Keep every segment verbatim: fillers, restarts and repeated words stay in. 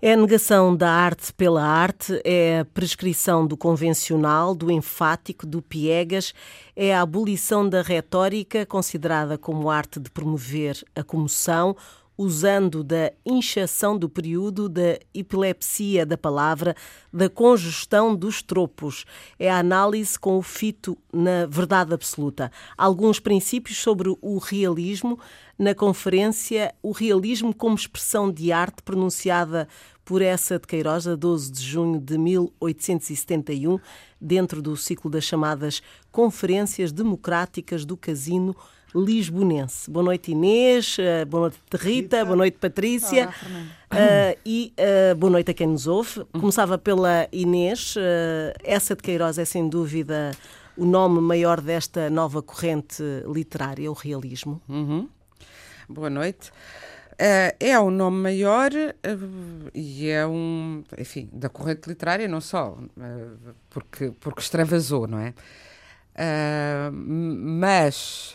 É a negação da arte pela arte, é a prescrição do convencional, do enfático, do piegas, é a abolição da retórica, considerada como arte de promover a comoção, usando da inchação do período, da epilepsia da palavra, da congestão dos tropos. É a análise com o fito na verdade absoluta. Alguns princípios sobre o realismo na conferência O Realismo como Expressão de Arte, pronunciada por Eça de Queiroz, a doze de junho de mil oitocentos e setenta e um, dentro do ciclo das chamadas Conferências Democráticas do Casino Lisbonense. Boa noite, Inês, boa noite, Rita, Rita. Boa noite, Patrícia. Olá, uh, e uh, boa noite a quem nos ouve. Começava pela Inês. Uh, Eça de Queiroz é, sem dúvida, o nome maior desta nova corrente literária, o realismo. Uhum. Boa noite. Uh, é um nome maior uh, e é um, enfim, da corrente literária, não só, uh, porque, porque extravasou, não é? Uh, mas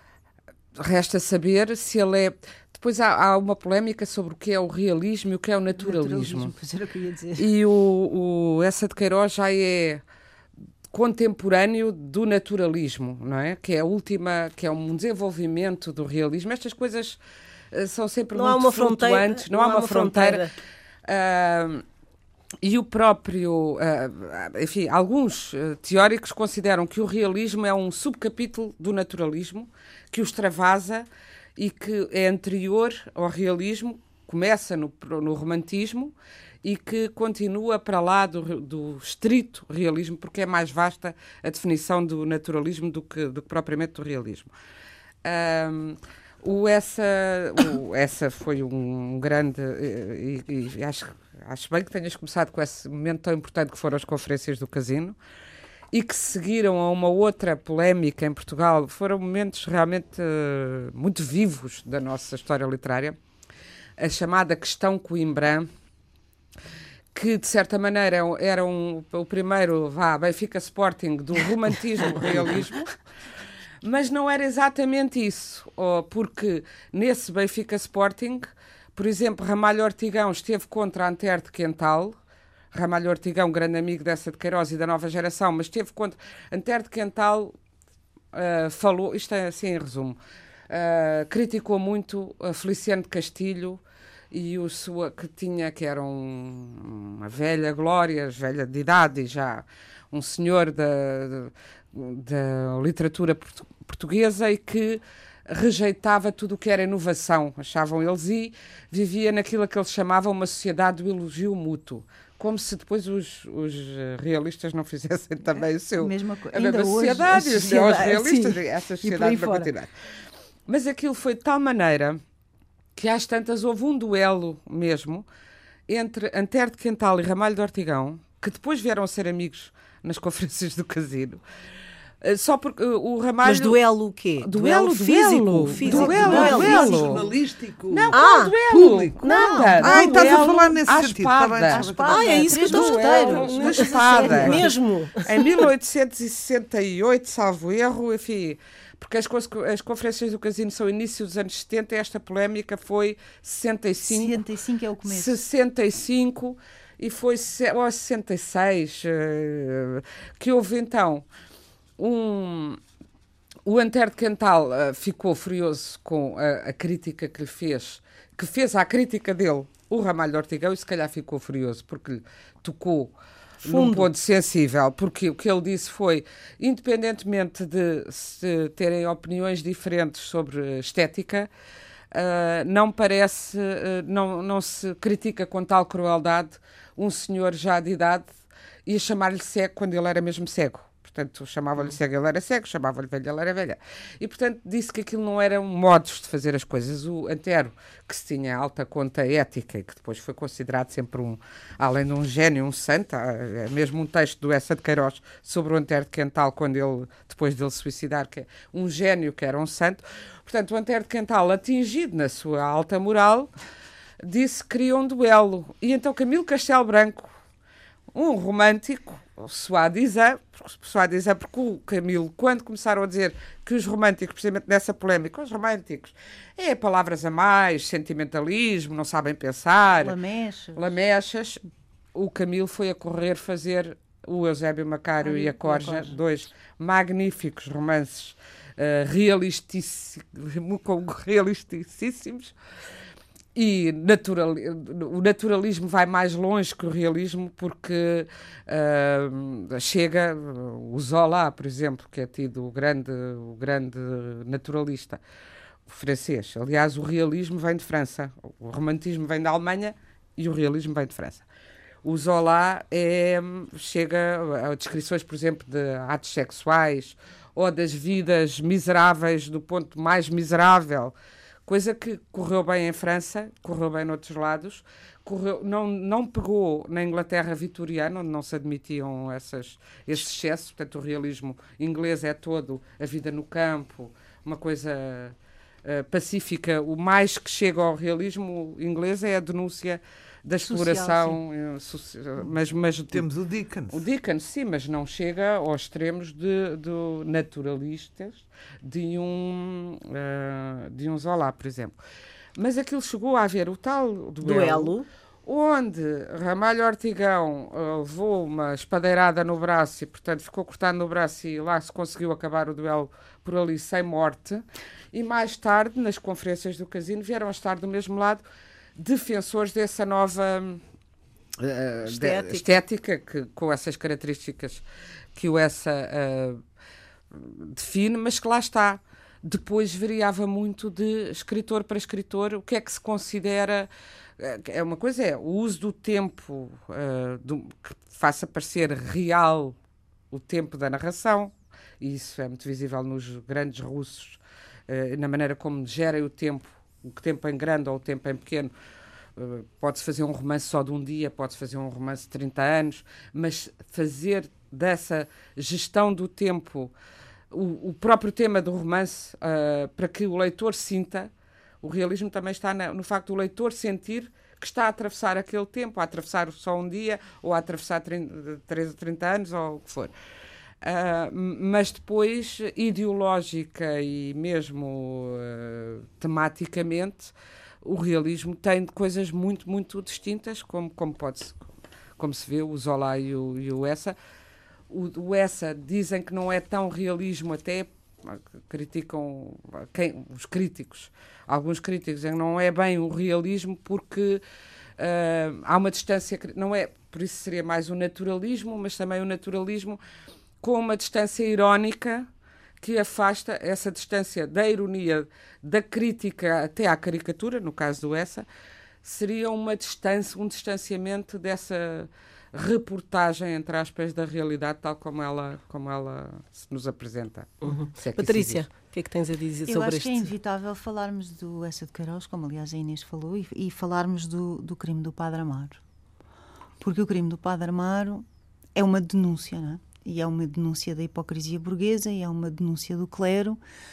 resta saber se ele é... Depois há, há uma polémica sobre o que é o realismo e o que é o naturalismo. naturalismo pois era o que eu ia dizer. E o, o Eça de Queiroz já é contemporâneo do naturalismo, não é? Que é a última, que é um desenvolvimento do realismo. Estas coisas uh, são sempre não muito há uma flutuantes, fronteira, não, não há uma, uma fronteira. fronteira. Uh, e o próprio, uh, enfim, alguns uh, teóricos consideram que o realismo é um subcapítulo do naturalismo, que o extravasa e que é anterior ao realismo, começa no, no romantismo e que continua para lá do, do estrito realismo, porque é mais vasta a definição do naturalismo do que, do que propriamente do realismo. Um, o essa, o essa foi um grande... E, e, e acho, acho bem que tenhas começado com esse momento tão importante que foram as conferências do Casino e que seguiram a uma outra polémica em Portugal. Foram momentos realmente uh, muito vivos da nossa história literária. A chamada questão Coimbrã, que de certa maneira era um, o primeiro vá, Benfica Sporting do romantismo-realismo, mas não era exatamente isso, porque nesse Benfica Sporting, por exemplo, Ramalho Ortigão esteve contra a Antero de Quental. Ramalho Ortigão, grande amigo dessa de Queiroz e da nova geração, mas esteve contra Antero de Quental, uh, falou, isto é assim em resumo, uh, criticou muito a Feliciano de Castilho e o sua, que tinha, que era um, uma velha glória, velha de idade e já um senhor da, da literatura portuguesa e que rejeitava tudo o que era inovação, achavam eles, e vivia naquilo que eles chamavam uma sociedade do elogio mútuo. Como se depois os, os realistas não fizessem também o seu... Mesma co- a mesma Ainda sociedade, hoje, os realistas, sim, essa sociedade vai continuar. Mas aquilo foi de tal maneira que às tantas houve um duelo mesmo entre Antero de Quental e Ramalho de Ortigão, que depois vieram a ser amigos nas conferências do Casino. Só porque uh, o Ramalho... Mas duelo o quê? Duelo, duelo físico? Duelo, físico. duelo, duelo. duelo. jornalístico. Não, ah, não, duelo. Público. Nada. Ah, estás a duelo falar nesse à sentido. espada. Tá À espada. Ah, é isso que eu estou a Três Na espada. Mesmo? Em mil oitocentos e sessenta e oito, salvo erro, enfim... Porque as, as conferências do Casino são início dos anos setenta e esta polémica foi sessenta e cinco. sessenta e cinco é o começo. sessenta e cinco e foi ou sessenta e seis uh, que houve então um... O Antero de Quental uh, ficou furioso com a, a crítica que lhe fez, que fez à crítica dele o Ramalho de Ortigão, e se calhar ficou furioso porque lhe tocou Fundo. Num ponto sensível, porque o que ele disse foi, independentemente de se terem opiniões diferentes sobre estética, uh, não parece, uh, não, não se critica com tal crueldade um senhor já de idade e a chamar-lhe cego quando ele era mesmo cego. Portanto, chamava-lhe cego, ele era cego, chamava-lhe velha, ele era velha. E, portanto, disse que aquilo não eram modos de fazer as coisas. O Antero, que se tinha alta conta ética e que depois foi considerado sempre um, além de um gênio, um santo, é mesmo um texto do Eça de Queiroz sobre o Antero de Quental, quando ele, depois dele se suicidar, que é um gênio que era um santo. Portanto, o Antero de Quental, atingido na sua alta moral, disse que queria um duelo. E então Camilo Castelo Branco, um romântico, soi-disant, soi-disant, porque o Camilo, quando começaram a dizer que os românticos, precisamente nessa polémica, os românticos, é palavras a mais, sentimentalismo, não sabem pensar, Lamechas. lamechas, o Camilo foi a correr fazer o Eusébio Macário Ah, e a Corja, e a Corja. dois magníficos romances uh, realistíssimos, realisticíssimos. E natural, o naturalismo vai mais longe que o realismo, porque uh, chega o Zola, por exemplo, que é tido o grande, o grande naturalista francês. Aliás, o realismo vem de França, o romantismo vem da Alemanha e o realismo vem de França. O Zola é, chega a descrições, por exemplo, de atos sexuais ou das vidas miseráveis do ponto mais miserável, coisa que correu bem em França, correu bem noutros lados, correu, não, não pegou na Inglaterra vitoriana, onde não se admitiam essas, esses excessos. Portanto, o realismo inglês é todo a vida no campo, uma coisa uh, pacífica. O mais que chega ao realismo inglês é a denúncia da exploração. Social, mas, mas temos o Dickens. O Dickens, sim, mas não chega aos extremos de, de naturalistas de um, uh, de um Zola, por exemplo. Mas aquilo chegou a haver o tal duelo, Duelo. onde Ramalho Ortigão uh, levou uma espadeirada no braço e, portanto, ficou cortado no braço e lá se conseguiu acabar o duelo por ali sem morte. E mais tarde, nas conferências do Casino, vieram a estar do mesmo lado defensores dessa nova uh, estética, de, estética que, com essas características que o Essa uh, define, mas que lá está. Depois variava muito de escritor para escritor o que é que se considera. É uma coisa é o uso do tempo uh, do, que faça parecer real o tempo da narração, e isso é muito visível nos grandes russos, uh, na maneira como gerem o tempo, o tempo em grande ou o tempo em pequeno. Uh, pode-se fazer um romance só de um dia, pode-se fazer um romance de trinta anos, mas fazer dessa gestão do tempo o, o próprio tema do romance, uh, para que o leitor sinta. O realismo também está na, no facto do leitor sentir que está a atravessar aquele tempo, a atravessar só um dia, ou a atravessar trinta, trinta anos, ou o que for. Uh, mas depois, ideológica e mesmo uh, tematicamente, o realismo tem coisas muito, muito distintas, como, como, pode -se, como se vê o Zola e o, e o Essa. O, o Essa dizem que não é tão realismo, até criticam quem, os críticos, alguns críticos dizem que não é bem o realismo porque uh, há uma distância, não é, por isso seria mais o naturalismo, mas também o naturalismo com uma distância irónica que afasta essa distância da ironia, da crítica até à caricatura, no caso do Essa, seria uma distância, um distanciamento dessa reportagem, entre aspas, da realidade tal como ela, como ela se nos apresenta. Uhum. Se é que Patrícia, o que é que tens a dizer Eu sobre acho este? que é inevitável falarmos do Essa de Queiroz, como aliás a Inês falou, e, e falarmos do, do crime do Padre Amaro. Porque o crime do Padre Amaro é uma denúncia, não é? E é uma denúncia da hipocrisia burguesa e é uma denúncia do clero.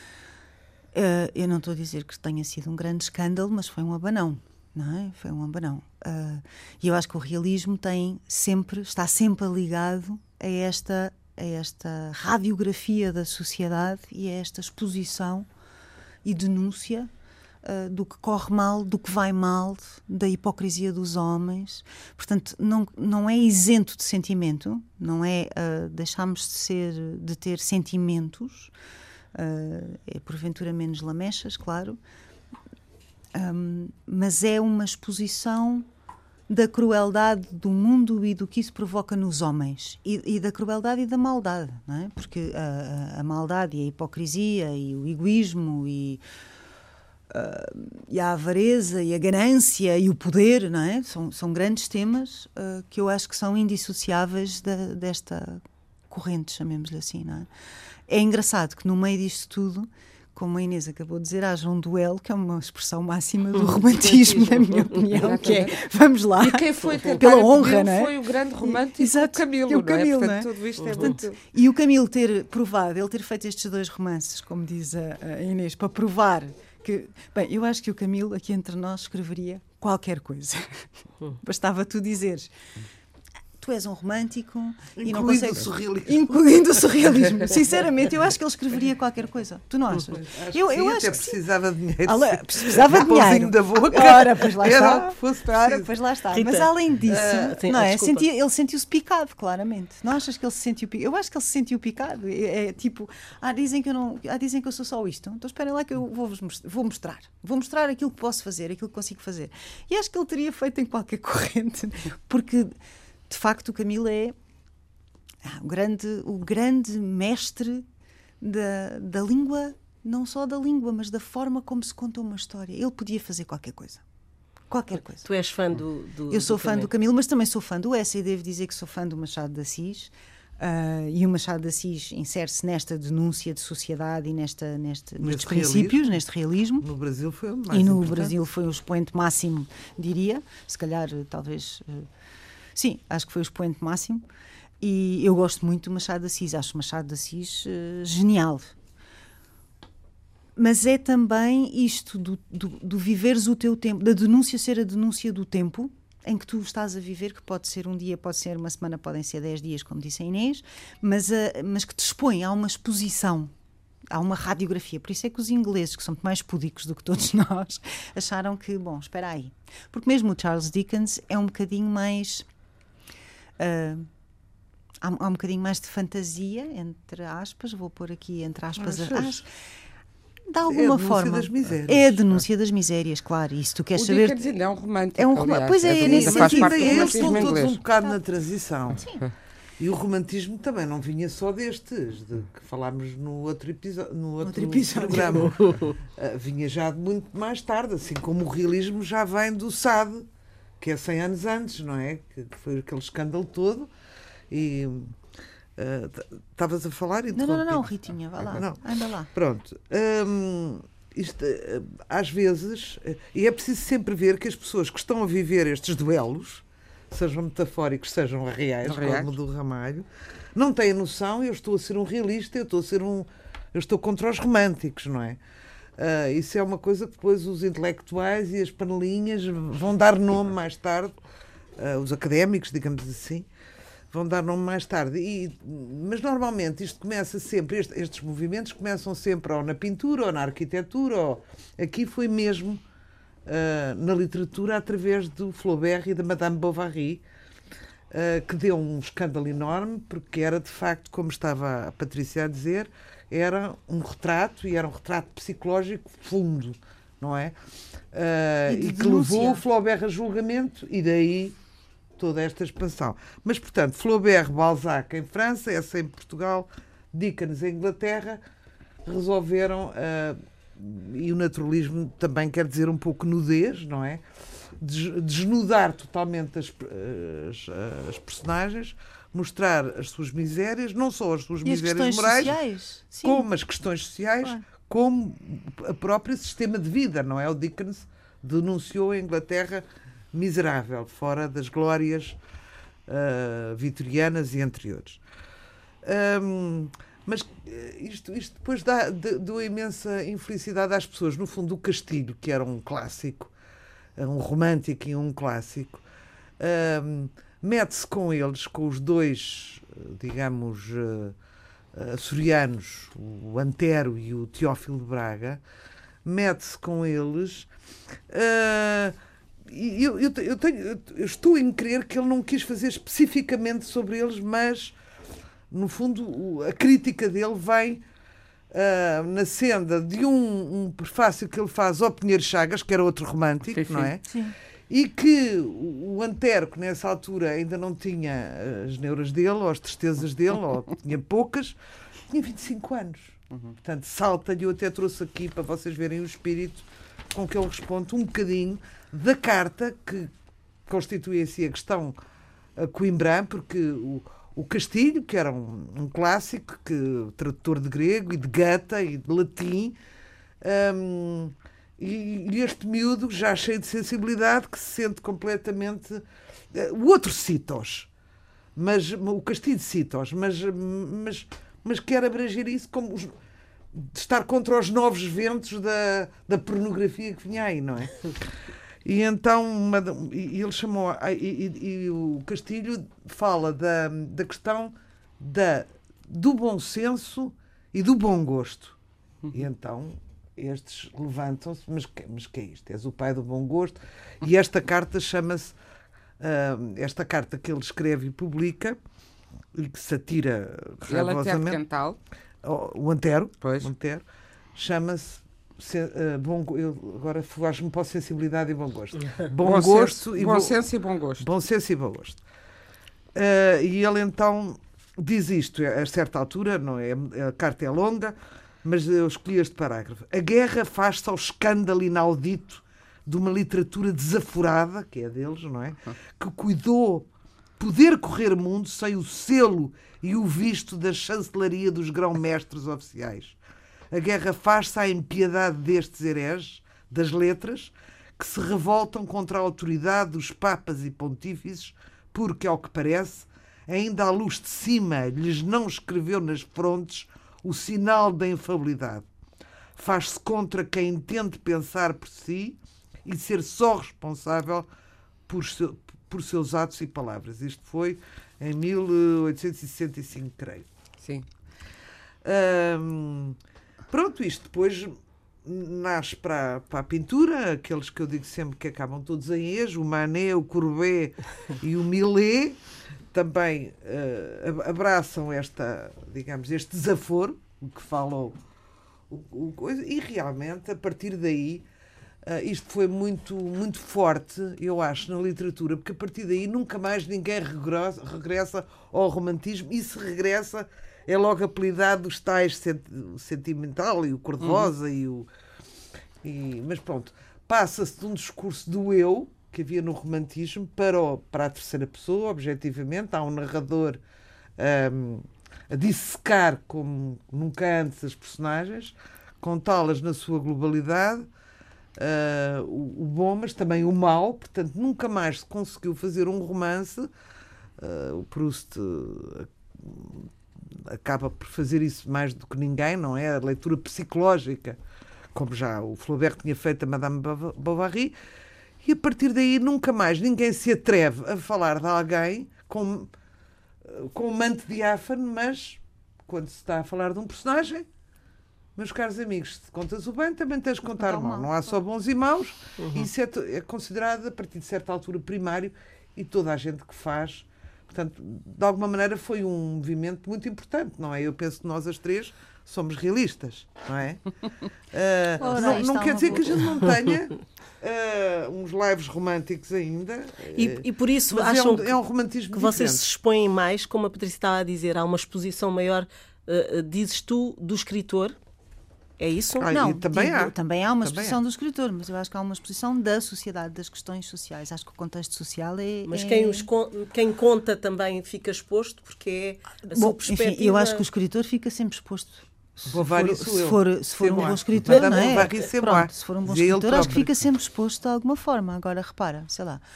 Uh, eu não estou a dizer que tenha sido um grande escândalo, mas foi um abanão. Não é? Foi um abanão. Uh, e eu acho que o realismo tem sempre, está sempre ligado a esta, a esta radiografia da sociedade e a esta exposição e denúncia uh, do que corre mal, do que vai mal, da hipocrisia dos homens. Portanto, não, não é isento de sentimento, não é uh, deixarmos de, ser, de ter sentimentos, uh, é porventura menos lamechas, claro. Um, mas é uma exposição da crueldade do mundo e do que isso provoca nos homens e, e da crueldade e da maldade, não é? Porque a, a, a maldade e a hipocrisia e o egoísmo e, uh, e a avareza e a ganância e o poder, não é? São, são grandes temas uh, que eu acho que são indissociáveis da, desta corrente, chamemos-lhe assim, não é? É engraçado que no meio disto tudo, como a Inês acabou de dizer, haja um duelo, que é uma expressão máxima do romantismo, na minha opinião, que é, vamos lá, e quem foi pela honra, não é? Foi o grande romântico, Exato, o Camilo, é o Camilo, não é? não é? Portanto, tudo isto é Portanto, muito... E o Camilo ter provado, ele ter feito estes dois romances, como diz a, a Inês, para provar que... Bem, eu acho que o Camilo, aqui entre nós, escreveria qualquer coisa. Bastava tu dizeres... tu és um romântico incluindo e não consegues... o surrealismo. Incluindo o surrealismo. Sinceramente, eu acho que ele escreveria qualquer coisa. Tu não achas? Acho eu que sim, eu até acho que precisava de dinheiro. Ela, precisava de dinheiro. Da boca. Ora, pois lá Era está. o que fosse Ora, preciso. pois lá está. Rita, Mas além disso, uh, sim, não é? desculpa. Sentia, ele sentiu-se picado, claramente. Não achas que ele se sentiu picado? Eu acho que ele se sentiu picado. É, é tipo, ah, dizem que eu não, ah, dizem que eu sou só isto. Então esperem lá que eu vou, vou mostrar. Vou mostrar aquilo que posso fazer, aquilo que consigo fazer. E acho que ele teria feito em qualquer corrente, porque de facto o Camilo é ah, o, grande, o grande mestre da, da língua, não só da língua, mas da forma como se conta uma história. Ele podia fazer qualquer coisa. Qualquer coisa. Tu és fã do, do Eu sou do fã Camilo. do Camilo, mas também sou fã do Essa, e devo dizer que sou fã do Machado de Assis. Uh, e o Machado de Assis insere-se nesta denúncia de sociedade e nesta, neste, nestes princípios, realismo. neste realismo. No Brasil foi o mais E no importante. Brasil foi o expoente máximo, diria. Se calhar, talvez... Uh, sim, acho que foi o expoente máximo. E eu gosto muito do Machado de Assis. Acho o Machado de Assis uh, genial. Mas é também isto do, do, do viveres o teu tempo, da denúncia ser a denúncia do tempo em que tu estás a viver, que pode ser um dia, pode ser uma semana, podem ser dez dias, como disse a Inês, mas, a, mas que te expõe a uma exposição, há uma radiografia. Por isso é que os ingleses, que são muito mais púdicos do que todos nós, acharam que, bom, espera aí. Porque mesmo o Charles Dickens é um bocadinho mais... Uh, há, há um bocadinho mais de fantasia, entre aspas, vou pôr aqui entre aspas... Mas, as, de é a alguma denúncia forma. das misérias. É a denúncia das misérias, claro. E se tu queres O saber... Dickens ainda é um romântico, É um rom- aliás. pois é, é, nesse ainda faz sentido, parte do Eles romantismo estão todos inglês. um bocado na transição. E o romantismo também não vinha só destes, de que falámos no outro, episo- no outro, Outro episódio. programa. Uh, vinha já de muito mais tarde, assim como o realismo já vem do Sade, que é cem anos antes, não é? Que, que foi aquele escândalo todo. E estavas uh, a falar e Não, não, não, não, Ritinha, vá lá. Não. Anda lá. Pronto. Hum, isto, uh, às vezes, uh, e é preciso sempre ver que as pessoas que estão a viver estes duelos, sejam metafóricos, sejam reais, reais. como o do Ramalho, não têm noção, eu estou a ser um realista, eu estou a ser um. Eu estou contra os românticos, não é? Uh, isso é uma coisa que depois os intelectuais e as panelinhas vão dar nome mais tarde, uh, os académicos, digamos assim, vão dar nome mais tarde. E, mas normalmente isto começa sempre, este, estes movimentos começam sempre ou na pintura ou na arquitetura, ou aqui foi mesmo Uh, na literatura através do Flaubert e da Madame Bovary, uh, que deu um escândalo enorme, porque era de facto, como estava a Patrícia a dizer, era um retrato, e era um retrato psicológico fundo, não é? Uh, E de e que denúncia. levou o Flaubert a julgamento, e daí toda esta expansão. Mas, portanto, Flaubert, Balzac em França, essa em Portugal, Dickens em Inglaterra, resolveram... Uh, e o naturalismo também quer dizer um pouco nudez, não é? Des- desnudar totalmente as, as, as personagens, mostrar as suas misérias, não só as suas E as misérias questões morais, sociais? Sim. como as questões sociais, Claro. como a própria sistema de vida, não é? O Dickens denunciou a Inglaterra miserável, fora das glórias uh, vitorianas e anteriores. Um, Mas isto, isto depois dá, deu imensa infelicidade às pessoas. No fundo, o Castilho, que era um clássico, um romântico e um clássico, um, mete-se com eles, com os dois, digamos, uh, açorianos, o Antero e o Teófilo de Braga, mete-se com eles. Uh, e eu, eu, eu, tenho, eu estou em crer que ele não quis fazer especificamente sobre eles, mas... No fundo, a crítica dele vem uh, na senda de um, um prefácio que ele faz ao Pinheiro Chagas, que era outro romântico, Sim, não sim. é? Sim. E que o Antero, que nessa altura ainda não tinha as neuras dele, ou as tristezas dele, ou tinha poucas, tinha vinte e cinco anos. Uhum. Portanto, salta-lhe, eu até trouxe aqui para vocês verem o espírito com que ele responde um bocadinho da carta que constitui assim a questão a Coimbra, porque o O Castilho, que era um, um clássico, que, tradutor de grego e de Goethe e de latim, um, e, e este miúdo, já cheio de sensibilidade, que se sente completamente... Uh, o outro Citos, mas, o Castilho de Citos, mas, mas, mas quer abranger isso como os, de estar contra os novos ventos da, da pornografia que vinha aí, não é? E então uma, e ele chamou e, e, e o Castilho fala da, da questão da, do bom senso e do bom gosto. Uhum. E então estes levantam-se, mas, mas que é isto? És o pai do bom gosto. E esta carta chama-se uh, esta carta que ele escreve e publica e que se atira raivosamente. O Antero, o Antero chama-se Se, uh, bom, eu agora foge-me para a sensibilidade e bom gosto. Bom, bom gosto senso, e bom, bom senso e bom gosto. Bom senso e bom gosto. Uh, e ele então diz isto a certa altura, não é? A carta é longa, mas eu escolhi este parágrafo. A guerra faz-se ao escândalo inaudito de uma literatura desaforada, que é deles, não é? Que cuidou poder correr o mundo sem o selo e o visto da chancelaria dos grão-mestres oficiais. A guerra faz-se à impiedade destes hereges, das letras, que se revoltam contra a autoridade dos papas e pontífices, porque, ao que parece, ainda à luz de cima lhes não escreveu nas frontes o sinal da infalibilidade. Faz-se contra quem intente pensar por si e ser só responsável por, seu, por seus atos e palavras. Isto foi em mil oitocentos e sessenta e cinco, creio. Sim. Hum, Pronto, isto depois nasce para, para a pintura, aqueles que eu digo sempre que acabam todos em ejo, o Manet, o Courbet e o Millet, também uh, abraçam esta, digamos, este desaforo, o que falou, o, o, e realmente, a partir daí, uh, isto foi muito, muito forte, eu acho, na literatura, porque a partir daí nunca mais ninguém regressa, regressa ao romantismo, e se regressa é logo apelidado dos tais o sentimental e o cor-de-rosa. Uhum. e o e, mas pronto, passa-se de um discurso do eu que havia no romantismo para, o, para a terceira pessoa, objetivamente. Há um narrador um, a dissecar como nunca antes as personagens, contá-las na sua globalidade, uh, o, o bom, mas também o mau. Portanto, nunca mais se conseguiu fazer um romance. Uh, o Proust uh, acaba por fazer isso mais do que ninguém, não é? A leitura psicológica, como já o Flaubert tinha feito a Madame Bovary, e a partir daí nunca mais ninguém se atreve a falar de alguém com, com um manto diáfano, mas quando se está a falar de um personagem, meus caros amigos, se contas o bem, também tens de contar o mal. Não há só bons e maus. Uhum. Isso é, é considerado, a partir de certa altura, primário, e toda a gente que faz. Portanto, de alguma maneira foi um movimento muito importante, não é? Eu penso que nós as três somos realistas, não é? Uh, Ora, não não quer dizer boa. que a gente não tenha uh, uns lives românticos ainda. E, uh, e por isso acham é um, é um romantismo que diferente. Vocês se expõem mais, como a Patrícia estava a dizer, há uma exposição maior, uh, dizes tu, do escritor? É isso? Ah, não, também, digo, há. também há uma também exposição há. do escritor, mas eu acho que há uma exposição da sociedade, das questões sociais. Acho que o contexto social é... Mas é... Quem, os, quem conta também fica exposto, porque é a sua Bom, perspectiva... Enfim, eu acho que o escritor fica sempre exposto. Se Bovary for, sou se eu. for, se for um moi. bom escritor, não é? Bovary, Pronto, se for um bom Dizia escritor, acho que fica sempre exposto de alguma forma. Agora, repara, sei lá,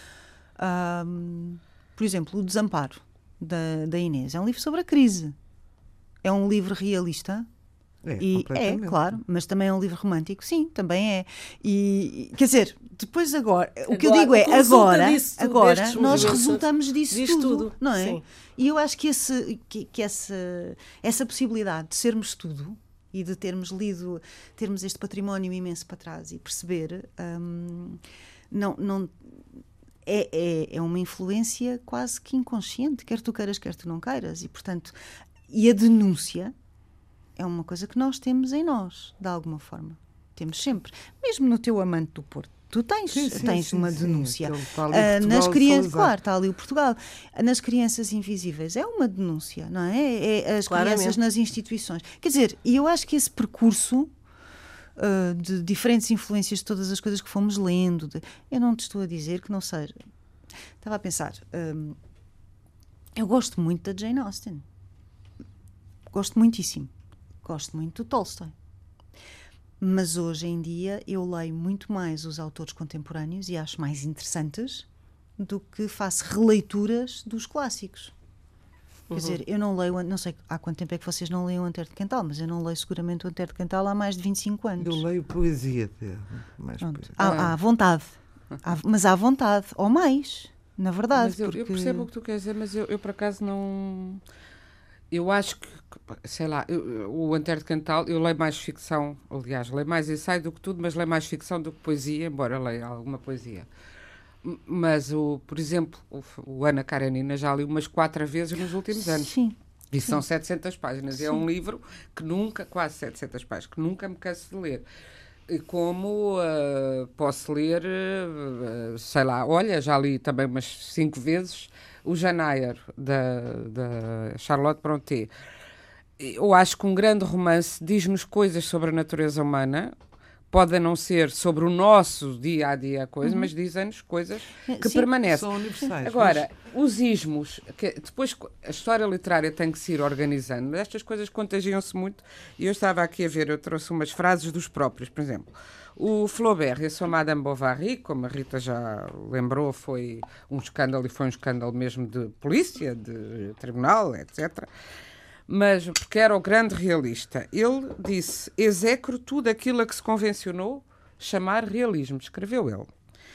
hum, por exemplo, O Desamparo, da, da Inês, é um livro sobre a crise. É um livro realista. É, e é, claro, mas também é um livro romântico, sim, também é. E, quer dizer, depois agora, o que agora, eu digo é, agora, disso, agora nós resultamos disso tudo, tudo, não é? Sim. E eu acho que, esse, que, que essa, essa possibilidade de sermos tudo e de termos lido, termos este património imenso para trás e perceber, hum, não, não é, é, é uma influência quase que inconsciente, quer tu queiras, quer tu não queiras, e portanto, e a denúncia é uma coisa que nós temos em nós, de alguma forma. Temos sempre. Mesmo no teu Amante do Porto, tu tens, sim, sim, tens sim, uma sim, denúncia. Uh, nas crianças, claro, está ali o Portugal. Nas crianças invisíveis é uma denúncia, não é? É as Claramente. crianças nas instituições. Quer dizer, e eu acho que esse percurso uh, de diferentes influências de todas as coisas que fomos lendo, de, eu não te estou a dizer que não seja. Estava a pensar, um, eu gosto muito da Jane Austen. Gosto muitíssimo. Gosto muito do Tolstói. Mas hoje em dia eu leio muito mais os autores contemporâneos e acho mais interessantes do que faço releituras dos clássicos. Quer uhum. dizer, eu não leio, não sei há quanto tempo é que vocês não leem o Antero de Quental, mas eu não leio seguramente o Antero de Quental há mais de vinte e cinco anos. Eu leio poesia. De, mais poesia. Há, há vontade. À, mas à vontade, ou mais, na verdade. Mas eu, porque... eu percebo o que tu queres dizer, mas eu, eu por acaso não... Eu acho que, sei lá, eu, o Antero de Cantal, eu leio mais ficção, aliás, leio mais ensaio do que tudo, mas leio mais ficção do que poesia, embora leia alguma poesia. Mas, o, por exemplo, o, o Ana Karenina já li umas quatro vezes nos últimos anos. Sim. E Sim. são setecentas páginas. Sim. É um livro que nunca, quase setecentas páginas, que nunca me canso de ler. E como uh, posso ler, uh, sei lá, olha, já li também umas cinco vezes o Janayer, da, da Charlotte Brontë. Eu acho que um grande romance diz-nos coisas sobre a natureza humana, podem não ser sobre o nosso dia-a-dia, coisa, uhum. mas dizem-nos coisas que Sim, permanecem. São universais. Agora, mas... os ismos, que depois a história literária tem que se ir organizando, mas estas coisas contagiam-se muito, e eu estava aqui a ver, eu trouxe umas frases dos próprios, por exemplo, o Flaubert e a sua Madame Bovary, como a Rita já lembrou, foi um escândalo, e foi um escândalo mesmo de polícia, de tribunal, etcétera, mas porque era o grande realista. Ele disse, execro tudo aquilo a que se convencionou chamar realismo, escreveu ele.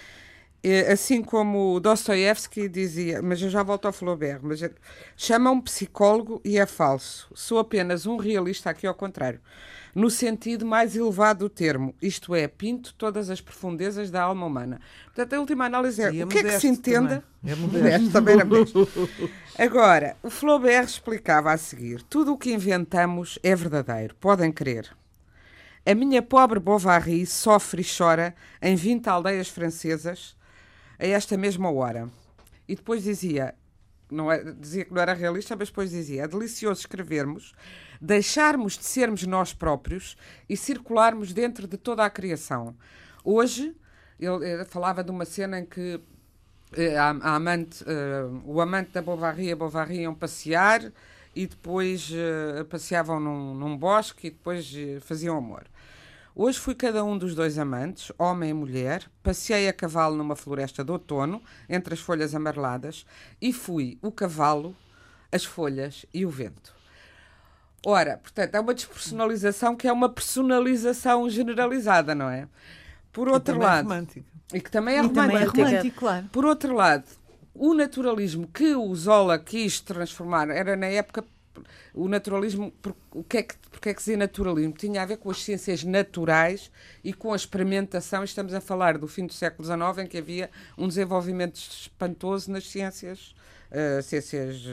E, assim como Dostoiévski dizia, mas eu já volto ao Flaubert, mas chama um psicólogo e é falso. Sou apenas um realista, aqui ao contrário, no sentido mais elevado do termo, isto é, pinto todas as profundezas da alma humana. Portanto, a última análise é, e o que é que se entenda... Também. É modesto. Também era modesto. Agora, o Flaubert explicava a seguir, tudo o que inventamos é verdadeiro, podem crer. A minha pobre Bovary sofre e chora em vinte aldeias francesas a esta mesma hora. E depois dizia, não é, dizia que não era realista, mas depois dizia, é delicioso escrevermos, deixarmos de sermos nós próprios e circularmos dentro de toda a criação. Hoje, ele, ele falava de uma cena em que eh, a, a amante, eh, o amante da Bovary e a Bovary iam passear e depois eh, passeavam num, num bosque e depois eh, faziam amor. Hoje fui cada um dos dois amantes, homem e mulher, passei a cavalo numa floresta de outono, entre as folhas amareladas, e fui o cavalo, as folhas e o vento. Ora, portanto, é uma despersonalização que é uma personalização generalizada, não é? Por outro lado... Romântica. E que também é e romântica. também é romântico, claro. Por outro lado, o naturalismo que o Zola quis transformar, era na época... O naturalismo, por, o que é que, porque é que dizia naturalismo? Tinha a ver com as ciências naturais e com a experimentação. Estamos a falar do fim do século dezenove, em que havia um desenvolvimento espantoso nas ciências, uh, ciências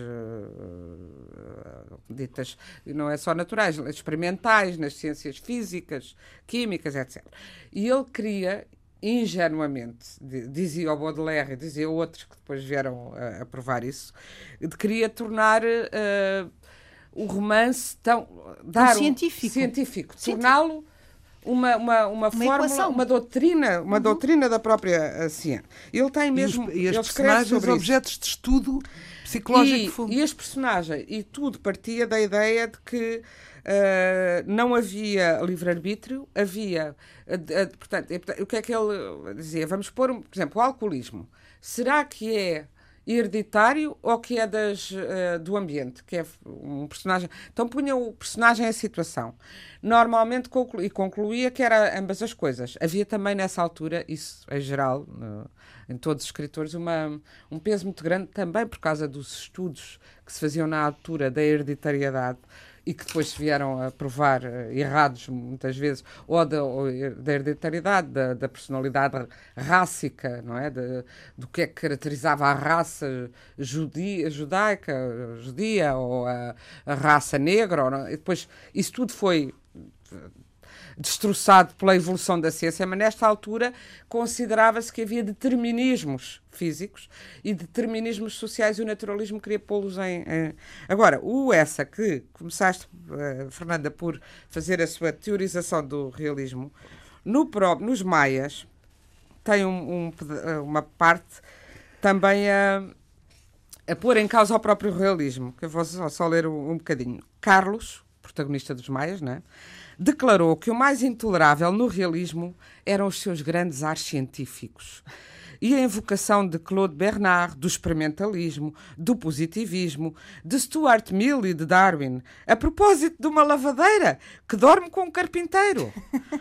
uh, ditas, não é só naturais, experimentais, nas ciências físicas, químicas, etcétera. E ele queria, ingenuamente, dizia o Baudelaire e dizia outros que depois vieram a, a provar isso, de queria tornar... Uh, o romance tão dar um científico, um, científico torná-lo uma, uma, uma, uma fórmula, equação. uma doutrina, uma uhum. doutrina da própria ciência. Ele tem mesmo, e, os, e as ele personagens objetos de estudo psicológico e, e as personagens e tudo partia da ideia de que uh, não havia livre-arbítrio, havia uh, uh, portanto, o que é que ele dizia? Vamos pôr, por exemplo, o alcoolismo. Será que é hereditário ou que é das, uh, do ambiente, que é um personagem... Então punha o personagem em situação. Normalmente conclu... e concluía que era ambas as coisas. Havia também nessa altura, isso em geral, no, em todos os escritores, uma, um peso muito grande também por causa dos estudos que se faziam na altura da hereditariedade e que depois se vieram a provar uh, errados muitas vezes, ou da, ou da hereditariedade, da, da personalidade rássica, não é? De, do que é que caracterizava a raça judia, judaica, judia, ou a, a raça negra, ou não? E depois isso tudo foi destroçado pela evolução da ciência, mas nesta altura considerava-se que havia determinismos físicos e determinismos sociais e o naturalismo queria pô-los em, em... Agora, o essa que começaste, uh, Fernanda, por fazer a sua teorização do realismo, no próprio, nos maias tem um, um, uma parte também a, a pôr em causa o próprio realismo, que eu vou só, só ler um, um bocadinho. Carlos, protagonista dos maias, não é? Declarou que o mais intolerável no realismo eram os seus grandes ares científicos e a invocação de Claude Bernard, do experimentalismo, do positivismo, de Stuart Mill e de Darwin, a propósito de uma lavadeira que dorme com um carpinteiro.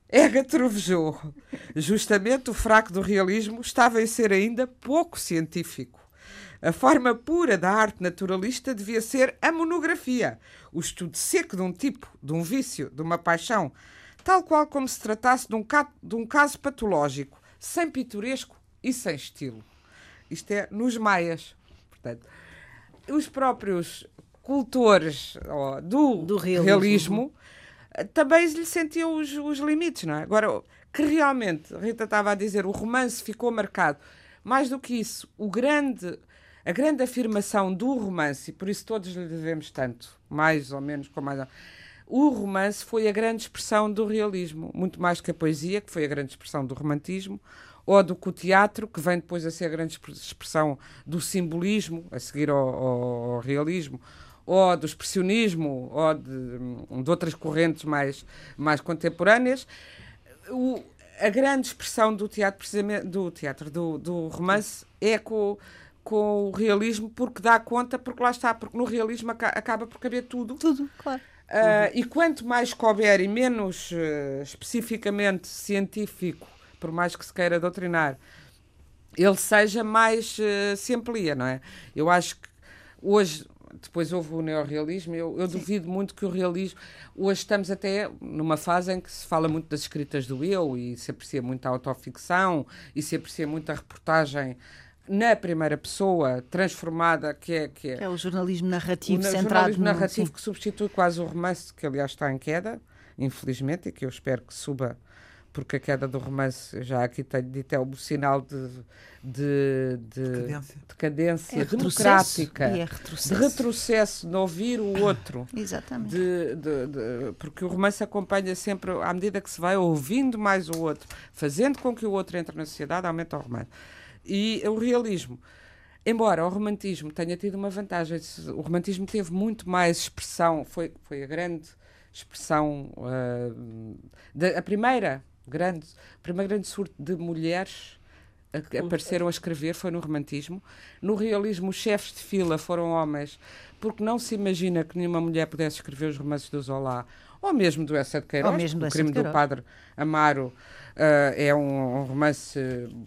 Ega trovejou. Justamente o fraco do realismo estava em ser ainda pouco científico. A forma pura da arte naturalista devia ser a monografia, o estudo seco de um tipo, de um vício, de uma paixão, tal qual como se tratasse de um, ca- de um caso patológico, sem pitoresco e sem estilo. Isto é nos maias. Portanto, os próprios cultores ó, do, Do realismo. realismo também lhe sentiam os, os limites, não é? Agora, que realmente, a Rita estava a dizer, o romance ficou marcado. Mais do que isso, o grande, a grande afirmação do romance, e por isso todos lhe devemos tanto, mais ou menos, com mais... O romance foi a grande expressão do realismo, muito mais que a poesia, que foi a grande expressão do romantismo, ou do que o teatro, que vem depois a ser a grande expressão do simbolismo, a seguir ao, ao, ao realismo, ou do expressionismo, ou de, de outras correntes mais, mais contemporâneas. O, a grande expressão do teatro, precisamente, do teatro, do, do romance, é com, com o realismo, porque dá conta, porque lá está, porque no realismo aca- acaba por caber tudo. Tudo, claro. Uh, e quanto mais couber e menos uh, especificamente científico, por mais que se queira doutrinar, ele seja, mais uh, se amplia, não é? Eu acho que hoje, depois houve o neorrealismo, eu, eu duvido muito que o realismo... Hoje estamos até numa fase em que se fala muito das escritas do eu e se aprecia muito a autoficção e se aprecia muito a reportagem na primeira pessoa, transformada, que é... Que é, É o jornalismo narrativo o centrado jornalismo no... narrativo sim. que substitui quase o romance, que aliás está em queda, infelizmente, e que eu espero que suba, porque a queda do romance, já aqui tenho dito, é o sinal de, de, de Decadência. decadência É democrática, retrocesso. E é de retrocesso. retrocesso, de ouvir o outro. Exatamente. De, de, de, porque o romance acompanha sempre, à medida que se vai ouvindo mais o outro, fazendo com que o outro entre na sociedade, aumenta o romance. E o realismo, embora o romantismo tenha tido uma vantagem, o romantismo teve muito mais expressão, foi, foi a grande expressão, uh, da, a primeira grande, a primeira grande surto de mulheres a, que apareceram a escrever foi no romantismo. No realismo, os chefes de fila foram homens, porque não se imagina que nenhuma mulher pudesse escrever os romances do Zola, ou mesmo do Eça de Queiroz, Ou mesmo do o Eça crime de do Queiroz. Padre Amaro. Uh, é um, um romance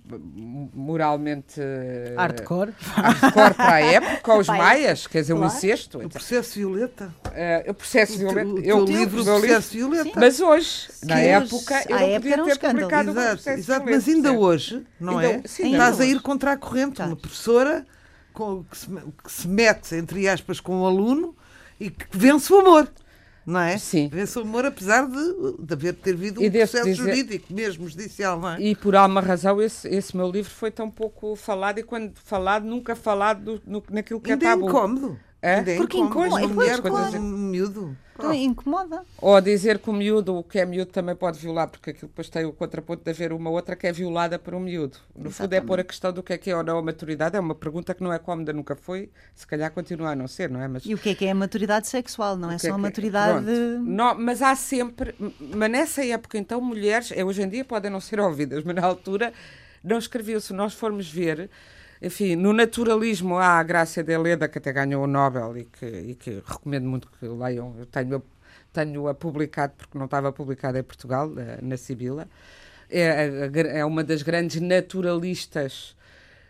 moralmente uh, Hardcore. hardcore para a época, aos Para a maias, quer dizer, claro. um incesto. O Processo Violeta. Uh, o processo O, violento. o eu, teu livro, o o meu livro- Processo Violeta. Mas hoje, na hoje, época, eu à não época podia era um ter escândalo. publicado o Exato, processo exato. violento, Mas ainda percebe? hoje, não Ainda- é? sim, ainda Estás a hoje. ir contra a corrente. Estás. Uma professora com- que, se, que se mete, entre aspas, com um aluno e que vence o amor. Não é? Sim. Vence o amor, apesar de, de haver ter havido E um devo processo dizer- jurídico, mesmo judicial, não é? E por alguma razão esse, esse meu livro foi tão pouco falado, e quando falado, nunca falado no, naquilo que Ainda é é tabu. incómodo. É? Ainda é Porque incómodo. incomoda, Uma pois, mulher com claro. um miúdo. Então, incomoda. Ou dizer que o miúdo, o que é miúdo, também pode violar, porque aquilo depois tem o contraponto de haver uma outra que é violada por um miúdo. No fundo é Exatamente. pôr a questão do que é que é ou não a maturidade. É uma pergunta que não é cómoda, nunca foi, se calhar continua a não ser, não é? Mas E o que é que é a maturidade sexual? Não é o que é só a que- maturidade... Pronto. Não, mas há sempre, mas nessa época então mulheres, é, hoje em dia podem não ser ouvidas, mas na altura não escreviam. Se nós formos ver, enfim, no naturalismo há a Grácia de Leda, que até ganhou o Nobel e que, e que recomendo muito que leiam. Eu tenho, tenho-a publicado porque não estava publicada em Portugal, na Sibila. É, a- é uma das grandes naturalistas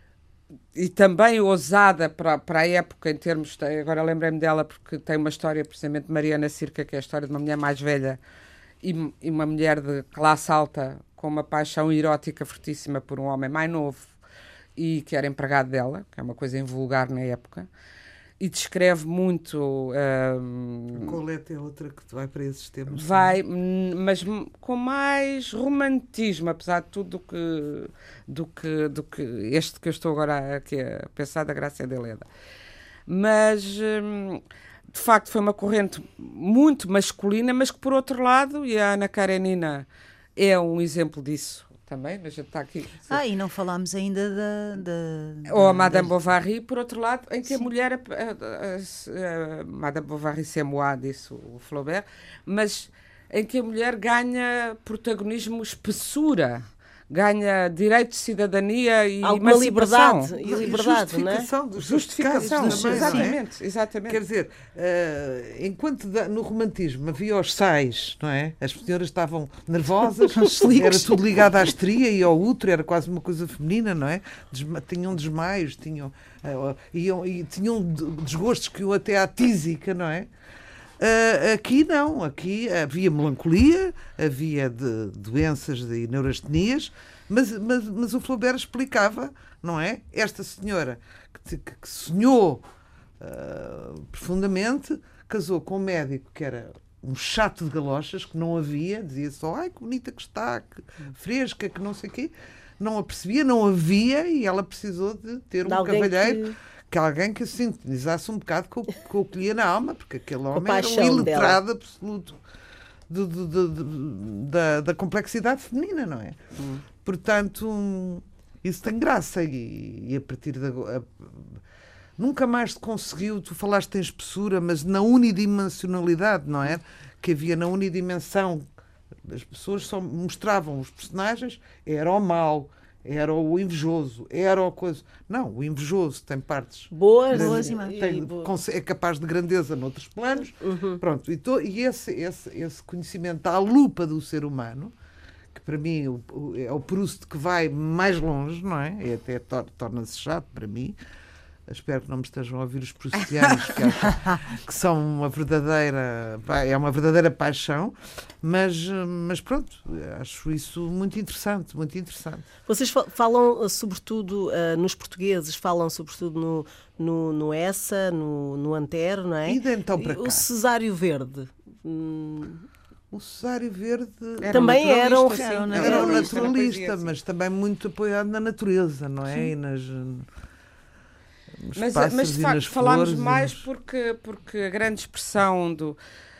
e também ousada para, para a época, em termos, de- agora lembrei-me dela porque tem uma história, precisamente de Mariana Circa, que é a história de uma mulher mais velha e, e uma mulher de classe alta com uma paixão erótica fortíssima por um homem mais novo e que era empregado dela, que é uma coisa invulgar na época, e descreve muito... hum, A Colette é outra que vai para esses temas. vai, hum, mas hum, com mais romantismo, apesar de tudo, do que, do que, do que este que eu estou agora aqui a pensar, da Grácia de Leda. Mas, hum, de facto, foi uma corrente muito masculina, mas que, por outro lado, e a Ana Karenina é um exemplo disso também, a gente está aqui... Ah, e não falámos ainda da... da Ou a da- Madame das- Bovary, por outro lado, em que a Sim. mulher, a, a, a, a Madame Bovary c'est moi, disse o Flaubert, mas em que a mulher ganha protagonismo, espessura, ganha direito de cidadania e alguma emancipação. liberdade e liberdade, não é? Justificação dos Justificação, casos também, não é? exatamente, exatamente. Quer dizer, uh, enquanto da- no romantismo havia os sais, não é? As senhoras estavam nervosas, era tudo ligado à estria e ao útero, era quase uma coisa feminina, não é? Desma- tinham desmaios, tinham, uh, iam, e tinham de- desgostos que iam até à tísica, não é? Uh, aqui não, aqui havia melancolia, havia de doenças e neurastenias, mas, mas, mas o Flaubert explicava, não é? Esta senhora que, que, que sonhou uh, profundamente, casou com um médico que era um chato de galochas, que não havia, dizia só, ai que bonita que está, que fresca, que não sei o quê, não a percebia, não havia, e ela precisou de ter um De alguém cavalheiro. que- Que alguém que se sintonizasse um bocado com, com o que lhe ia na alma, porque aquele a homem era um paixão iletrado absoluto do- do- do- do- da, da complexidade feminina, não é? Hum. Portanto, hum, isso tem graça e, e a partir de agora. Nunca mais se conseguiu, tu falaste em espessura, mas na unidimensionalidade, não é? Que havia na unidimensão. As pessoas só mostravam os personagens, era o mau, era o invejoso, era o coisa. Não, o invejoso tem partes Boas, Boas e, e más. e tem- boas. cons- é capaz de grandeza noutros planos. Uhum. Pronto, e, to- e esse, esse, esse conhecimento à lupa do ser humano, que para mim o- o- é o Proust que vai mais longe, não é? E até tor- torna-se chato para mim. Espero que não me estejam a ouvir os proustianos, que acham que são uma verdadeira, pá, é uma verdadeira paixão, mas, mas pronto, acho isso muito interessante, muito interessante. Vocês fa- falam, uh, sobretudo, uh, nos portugueses, falam sobretudo no, no, no Essa, no, no Antero, não é? E de então para E o cá? Cesário Verde. Hum, O Cesário Verde Era Também um era um- naturalista, sim. era um era um na naturalista, poesia, sim. mas também muito apoiado na natureza, não é? E nas, nos Mas, pássaros mas de e facto nas falámos flores e mais nos- porque, porque a grande expressão do,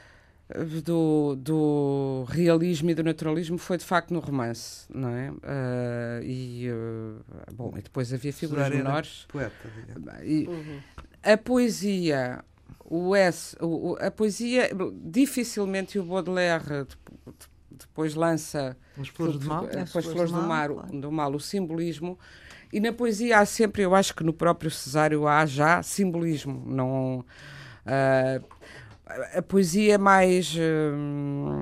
do, do realismo e do naturalismo foi de facto no romance, não é? Ah, e, ah, bom, e depois havia figuras Cesário era menores. poeta, digamos. E uhum. a poesia, o S, o, o- a poesia, dificilmente o Baudelaire de- de- depois lança As flores do mal. depois As Flores do, do mar, Mal, claro. do Mal, o simbolismo. E na poesia há sempre, eu acho que no próprio Cesário há já simbolismo. Não, ah, a poesia é mais. hum,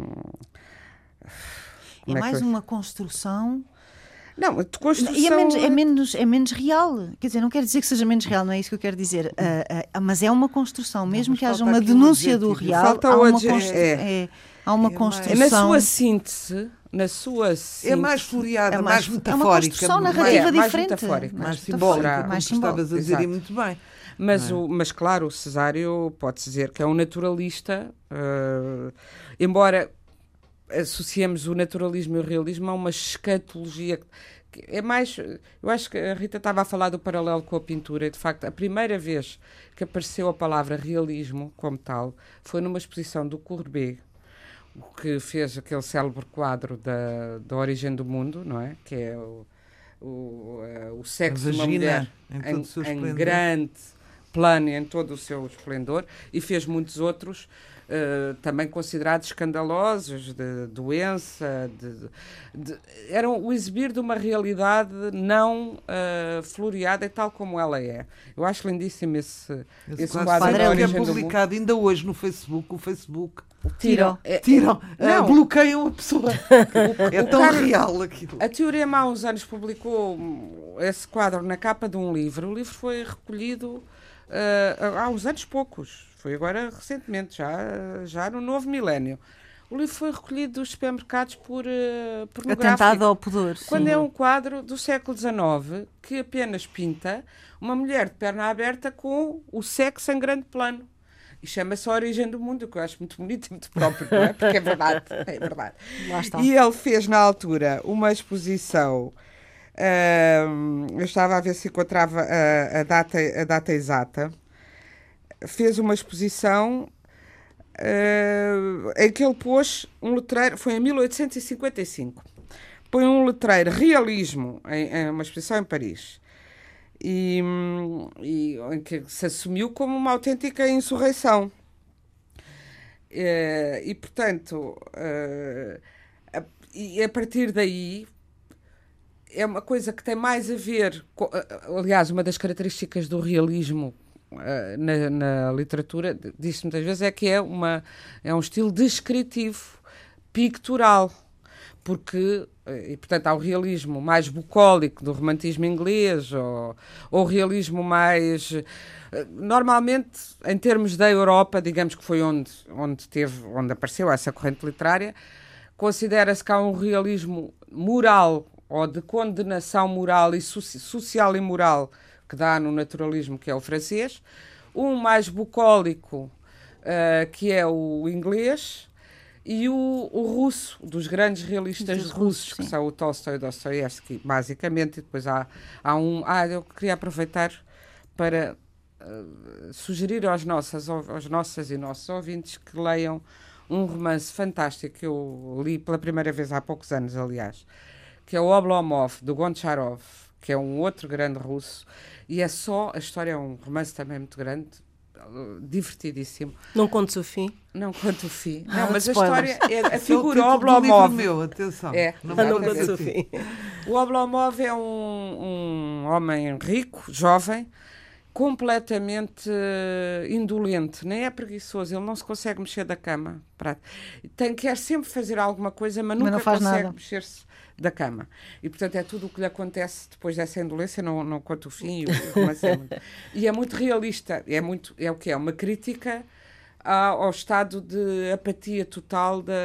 É como mais que eu- uma construção. Não, de construção. E é menos, é, menos, é menos real. Quer dizer, não quero dizer que seja menos real, não é isso que eu quero dizer. Ah, ah, mas é uma construção. Mesmo mas que haja falta uma aqui um denúncia do adjetivo. real, Falta há o uma, adje- constru- é. é, há uma É mais- construção. na sua síntese. Na sua síntese. É mais floreada, É mais, mais- é uma metafórica. construção mais- narrativa É, mais diferente. metafórica, mais Mais simbólica, Será- como mais tu estavas a dizer, e Exato. muito bem. Mas, Não é? o, mas claro, o Cesário pode-se dizer que é um naturalista, eh, embora associemos o naturalismo e o realismo a uma escatologia. que É mais. Eu acho que a Rita estava a falar do paralelo com a pintura, e de facto, a primeira vez que apareceu a palavra realismo como tal foi numa exposição do Courbet, o que fez aquele célebre quadro da, da origem do mundo, não é? Que é o, o, eh, o sexo A de uma vagina, mulher em todo em, o seu em esplendor. grande plano, em todo o seu esplendor, e fez muitos outros eh, também considerados escandalosos, de doença, de, de- eram o exibir de uma realidade não eh, floreada e tal como ela é. Eu acho lindíssimo esse, Esse esse quadro quadro sempre da que é origem do mundo. publicado ainda hoje no Facebook, o Facebook Tiram. É- tiram, ah, Não. bloqueiam a pessoa. É tão cara- real aquilo. A Teorema há uns anos publicou hum, esse quadro na capa de um livro. O livro foi recolhido eh, há uns anos poucos. Foi agora recentemente, já, já no novo milénio. O livro foi recolhido dos supermercados por uh, pornográfico. Atentado ao pudor. Quando sim. é um quadro do século dezenove que apenas pinta uma mulher de perna aberta com o sexo em grande plano. E chama-se A Origem do Mundo, que eu acho muito bonito e muito próprio, não é? Porque é verdade, é verdade. Lá está. E ele fez na altura uma exposição. ahm, eu estava a ver se encontrava a, a data, a data exata. Fez uma exposição ah, em que ele pôs um letreiro, foi em mil oitocentos e cinquenta e cinco. Põe um letreiro realismo em, em uma exposição em Paris. E, hum, e em que se assumiu como uma autêntica insurreição. Eh, e, portanto, eh, a, e a partir daí é uma coisa que tem mais a ver com, aliás, uma das características do realismo uh, na, na literatura, diz-se muitas vezes, é que é, uma, é um estilo descritivo, pictural, porque, e portanto há o realismo mais bucólico do romantismo inglês, ou, ou o realismo mais... Normalmente, em termos da Europa, digamos que foi onde, onde, teve, onde apareceu essa corrente literária, considera-se que há um realismo moral, ou de condenação moral e so- social e moral, que dá no naturalismo, que é o francês, um mais bucólico, uh, que é o inglês, e o, o russo, dos grandes realistas Dos russos, russos, que sim. são o Tolstói e o Dostoiévski, basicamente, e depois há, há um... Ah, eu queria aproveitar para uh, sugerir aos, nossas, aos nossas e nossos ouvintes que leiam um romance fantástico que eu li pela primeira vez há poucos anos, aliás, que é o Oblomov, do Goncharov, que é um outro grande russo, e é só, a história é um romance também muito grande, divertidíssimo. Não contes o fim? Não conto o fim. Ah, Não, mas a spoilers. história é a Esse é o figura título do livro Oblomov. meu, atenção. É. Não Ah, vai não acontecer contes o assim. fim. O Oblomov é um, um homem rico, jovem, completamente uh, indolente, nem é preguiçoso, ele não se consegue mexer da cama. Pra... Tem, quer sempre fazer alguma coisa, mas Mas nunca não faz consegue nada. mexer-se da cama. E, portanto, é tudo o que lhe acontece depois dessa indolência, não, não conta o fim. E, o romance é muito... e é muito realista, é, muito, é o que é, uma crítica ao, ao estado de apatia total da,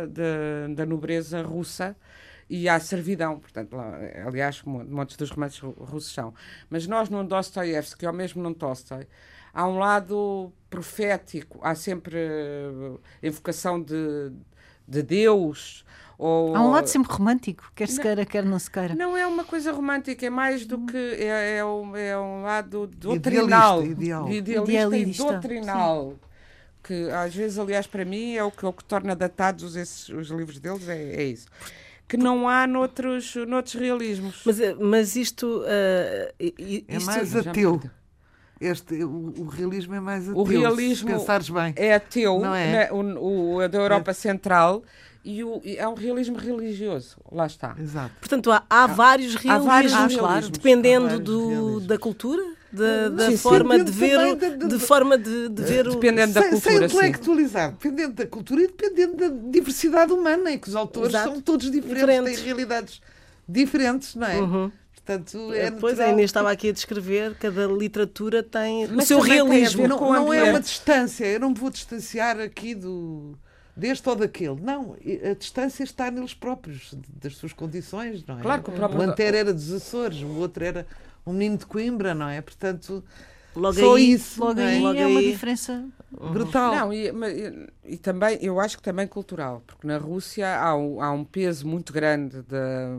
da, da nobreza russa e à servidão, portanto, lá, aliás, muitos dos romances russos são. Mas nós, no Dostoiévski, ou mesmo no Tolstói, há um lado profético, há sempre uh, evocação de, de Deus. Ou... Há um lado sempre romântico, quer se Não. queira, quer não se queira. Não é uma coisa romântica, é mais do que... É, é, um, é um lado doutrinal. Idealista, ideal. Idealista Idealista, e doutrinal. Que, às vezes, aliás, para mim, é o que, é o que torna datados esses, os livros deles, é, é isso. Que não há noutros, noutros realismos. Mas, mas isto... Uh, É isto mais já me ateu. perdi. Este, o, o realismo é mais ateu. O realismo se pensares bem. é ateu, Não é? né, o, o da Europa Central, e, o, e é um realismo religioso. Lá está. Exato. Portanto, há, há vários Há vários realismos, realismos. dependendo Há vários do, realismos. da cultura, da, da Sim, sim. forma de Dependendo ver, também o- de- de forma de, de ver o... Dependendo da sem, cultura, sem sim. intelectualizar, dependendo da cultura e dependendo da diversidade humana, em que os autores Exato. são todos diferentes, Diferentes. têm realidades diferentes, não é? Uhum. Portanto, é Pois, a natural. Inês estava aqui a descrever, cada literatura tem o Mas seu também tem a ver realismo. Não, com o não é ambiente. uma distância, eu não me vou distanciar aqui do deste ou daquele. Não, a distância está neles próprios, das suas condições, não é? Claro que o próprio- O Antero era dos Açores, o outro era um menino de Coimbra, não é? Portanto, Logo só aí, isso Logo não é? aí Logo é uma aí. diferença. brutal. Não, e, mas- e- e também, eu acho que também cultural, porque na Rússia há um, há um peso muito grande da,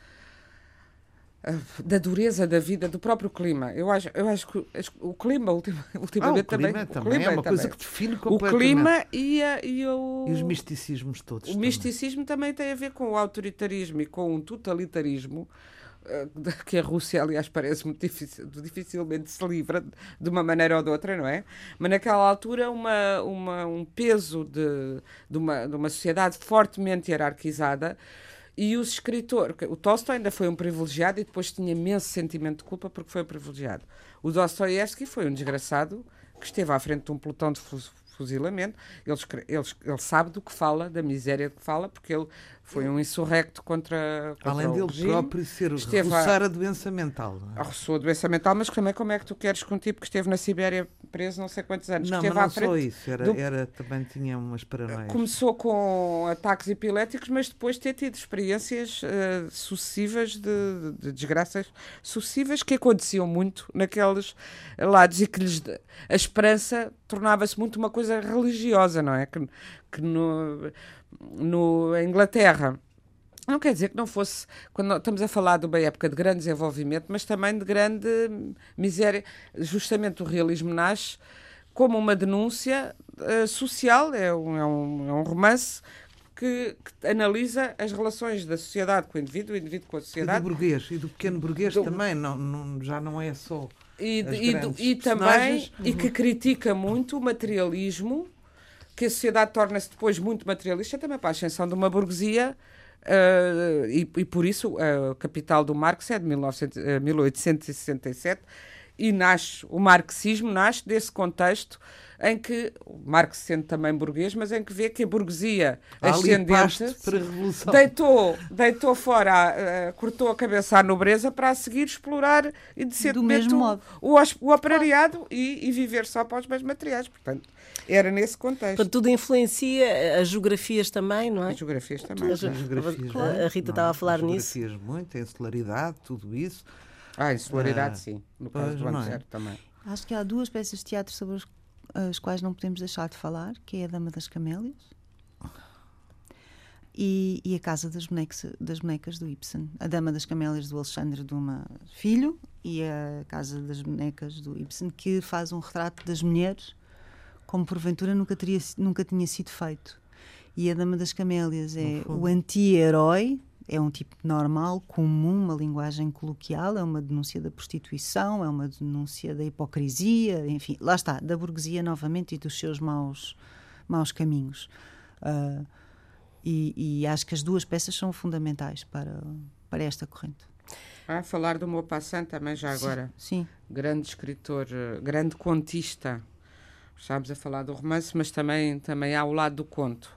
da dureza da vida, do próprio clima. Eu acho, eu acho que as- o clima, ultima- Ah, ultimamente, o clima também, também, o clima é uma também. coisa que define O completamente. clima e, a, e o... E os misticismos todos. O também. misticismo também tem a ver com o autoritarismo e com o totalitarismo, eh, de que a Rússia, aliás, parece muito difícil, dificilmente se livra de uma maneira ou de outra, não é? Mas naquela altura uma, uma, um peso de, de, uma, de uma sociedade fortemente hierarquizada, e os escritores... O Tolstói ainda foi um privilegiado e depois tinha imenso sentimento de culpa porque foi um privilegiado. O Dostoiévski foi um desgraçado que esteve à frente de um pelotão de fu- fuzilamento. Ele, escre- ele, ele sabe do que fala, da miséria de que fala, porque ele foi um insurrecto contra, contra Além o dele regime. próprio ser Esteve a- roçar a doença mental. Não, é? Arroçou a doença mental, mas também como é que tu queres que um tipo que esteve na Sibéria preso não sei quantos anos, não que mas esteve não à só frente... isso. Era, do- era, também tinha umas paranoias. Começou com ataques epiléticos, mas depois ter tido experiências eh, sucessivas de, de- de desgraças sucessivas que aconteciam muito naqueles lados e que lhes, a esperança tornava-se muito uma coisa religiosa, não é? Que, que no, no em Inglaterra não quer dizer que não fosse, quando nós estamos a falar de uma época de grande desenvolvimento, mas também de grande miséria. Justamente o realismo nasce como uma denúncia uh, social, é um, é um, é um romance que, que analisa as relações da sociedade com o indivíduo, o indivíduo com a E do sociedade, burguês, e do pequeno burguês Do- também, não, não- já não é só. e, as e, do- grandes e também personagens. e que critica muito o materialismo, que a sociedade torna-se depois muito materialista, também para a ascensão de uma burguesia Uh, e, e por isso a Capital do Marx é de mil oitocentos e sessenta e sete e nasce, o marxismo nasce desse contexto em que, o Marx sendo também burguês, mas em que vê que a burguesia ascendente deitou, deitou fora, uh, cortou a cabeça à nobreza para a seguir explorar e decentemente o, o, o operariado e, e viver só para os bens materiais. Portanto, era nesse contexto. Portanto, tudo influencia as geografias também, não é? As geografias também. As geografias, claro. A Rita estava a falar as nisso. Geografias muito, a insularidade, tudo isso. Ah, a insularidade, ah, sim. No caso pois, do ano é? zero também. Acho que há duas peças de teatro sobre as, as quais não podemos deixar de falar, que é a Dama das Camélias e, e a Casa das Bonecas, das Bonecas do Ibsen. A Dama das Camélias do Alexandre Dumas Filho e a Casa das Bonecas do Ibsen, que faz um retrato das mulheres como porventura nunca, teria, nunca tinha sido feito. E a Dama das Camélias é o anti-herói, é um tipo normal, comum, uma linguagem coloquial, é uma denúncia da prostituição, é uma denúncia da hipocrisia, enfim, lá está, da burguesia novamente e dos seus maus, maus caminhos. Uh, e, e acho que as duas peças são fundamentais para, para esta corrente. Ah, falar do Maupassant também já agora. Sim. Grande escritor, grande contista. Estávamos a falar do romance, mas também, também há o lado do conto.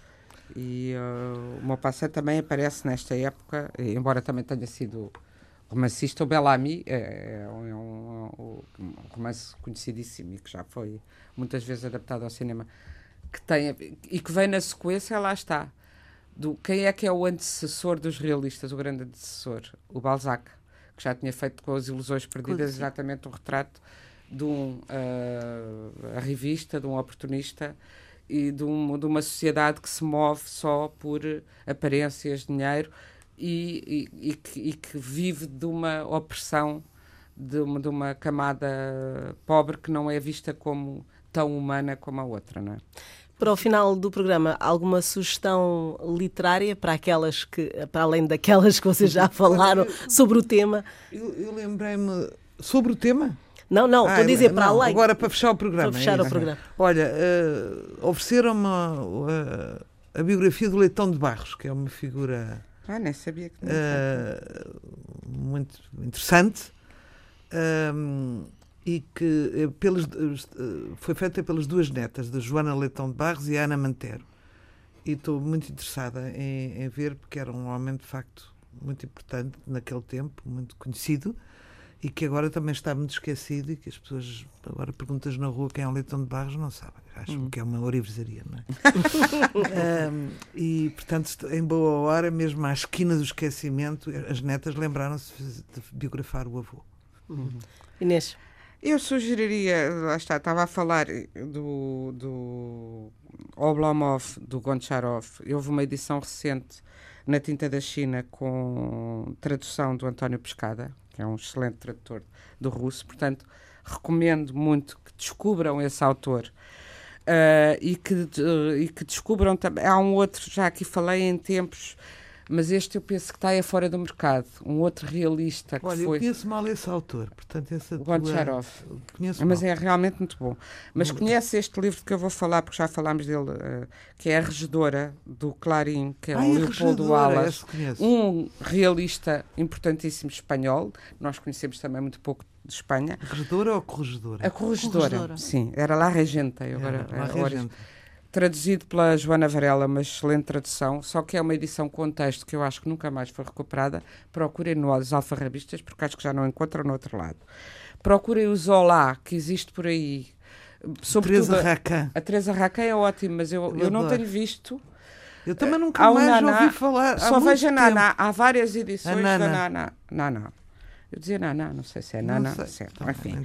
E uh, o Maupassant também aparece nesta época, embora também tenha sido romancista. O Bel-Ami é, é, um, é um, um, um romance conhecidíssimo e que já foi muitas vezes adaptado ao cinema, que tem, e que vem na sequência, lá está, do, quem é que é o antecessor dos realistas, o grande antecessor? O Balzac, que já tinha feito com As Ilusões Perdidas exatamente o retrato de um, uh, a revista, de um oportunista e de, um, de uma sociedade que se move só por aparências, dinheiro e, e, e, que, e que vive de uma opressão de uma, de uma camada pobre que não é vista como tão humana como a outra, não é? Para o final do programa, alguma sugestão literária para aquelas que, para além daquelas que vocês já falaram sobre o tema? Eu, eu lembrei-me sobre o tema. Não, não, estou ah, a dizer para não, além. Agora para fechar o programa. Para fechar é o programa. Olha, uh, ofereceram-me uh, a biografia do Leitão de Barros, que é uma figura ah, nem sabia que uh, muito interessante um, e que uh, pelas, uh, foi feita pelas duas netas, da Joana Leitão de Barros e a Ana Mantero. E estou muito interessada em, em ver, porque era um homem de facto muito importante naquele tempo, muito conhecido, e que agora também está muito esquecido e que as pessoas, agora perguntas na rua quem é o Leitão de Barros, não sabem. Acham hum. que é uma orivesaria, não é? um, e, portanto, em boa hora, mesmo à esquina do esquecimento, as netas lembraram-se de biografar o avô. Uhum. Inês? Eu sugeriria, lá está, estava a falar do, do Oblomov, do Goncharov. Houve uma edição recente na Tinta da China com tradução do António Pescada, que é um excelente tradutor do russo, portanto, recomendo muito que descubram esse autor uh, e, que, uh, e que descubram também. Há um outro, já aqui falei em tempos, mas este eu penso que está aí fora do mercado, um outro realista que Olha, foi... Olha, eu conheço mal esse autor, portanto, essa Goncharov. Conheço mas mal. É realmente muito bom. Mas muito conhece bom. Este livro que eu vou falar, porque já falámos dele, uh, que é A Regedora, do Clarim, que é Ai, o Leopoldo Wallace, um a realista importantíssimo espanhol. Nós conhecemos também muito pouco de Espanha. A Regedora ou Corregedora? A Corregedora, corregedora. Sim. Era La Regenta. Agora, era, La Regenta. Traduzido pela Joana Varela, uma excelente tradução, só que é uma edição com texto que eu acho que nunca mais foi recuperada. Procurem nos alfarrabistas, porque acho que já não encontram no outro lado. Procurem o Zola, que existe por aí. Teresa Racan. A Teresa Racan é ótima, mas eu, eu, eu não tenho visto. Eu também nunca Há mais Naná, ouvi falar. Só vejo a Naná. Há várias edições da Naná. Naná. Eu dizia Naná, não sei se é Naná. Não sei. Certo, enfim.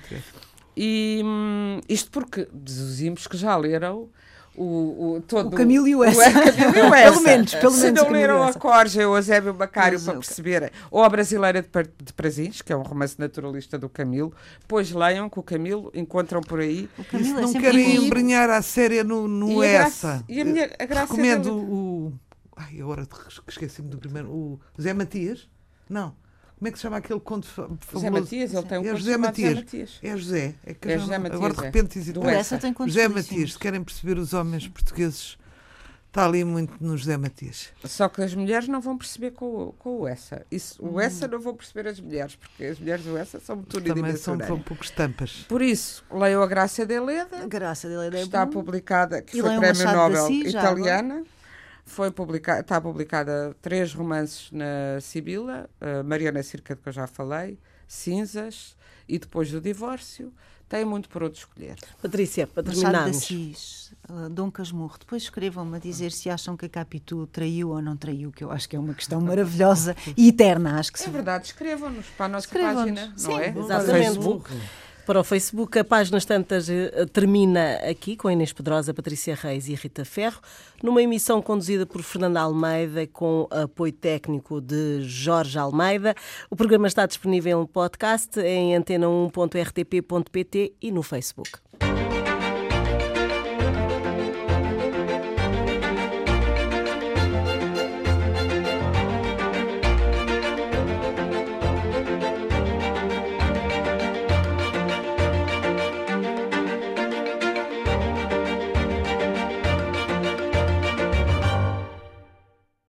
E hum, isto porque deduzimos que já leram O, o, todo, o Camilo e o Essa. O pelo menos, pelo Se menos não leram a Corja ou a Eusébio Bacário para eu... perceberem, ou a Brasileira de, de Prazins, que é um romance naturalista do Camilo, pois leiam que o Camilo encontram por aí. O Camilo e se é não querem bom. embrenhar a série no, no e Essa, graça, e a minha, a graça recomendo dele... o... Ai, agora esqueci-me do primeiro. O Zé Matias? Não. Como é que se chama aquele conto fabuloso? José Matias, ele tem um é conto José chamado Matias. José Matias. É José. É, que é já José não... Matias. Agora de repente hesitei. Essa tem contos José Matias, se querem perceber os homens portugueses Está ali muito no José Matias. Só que as mulheres não vão perceber com, o- com o Essa. Isso, o Hum. Essa não vão perceber as mulheres, porque as mulheres do Essa são muito Também são, unidimensionais. são um pouco estampas. Por isso, leiam A Graça de A Leda, graça dele que é está bom. publicada, que E foi leiam Prémio Machado de Nobel Assis, já italiana. Foi publicada, está publicada três romances na Sibila, uh, Mariana Circa, que eu já falei, Cinzas, e depois do divórcio. Tem muito por onde escolher. Patrícia, para Machado de terminarmos. Assis, uh, Dom Casmurro. Depois escrevam-me a dizer se acham que a Capitu traiu ou não traiu, que eu acho que é uma questão maravilhosa e eterna. Acho que É se... verdade, escrevam-nos para a nossa Escrevam-nos. página, Sim, não é? exatamente. Para o Facebook. Para o Facebook, a Páginas Tantas eh, termina aqui com Inês Pedrosa, Patrícia Reis e Rita Ferro, numa emissão conduzida por Fernanda Almeida, com apoio técnico de Jorge Almeida. O programa está disponível em podcast em antena um ponto r t p ponto p t e no Facebook.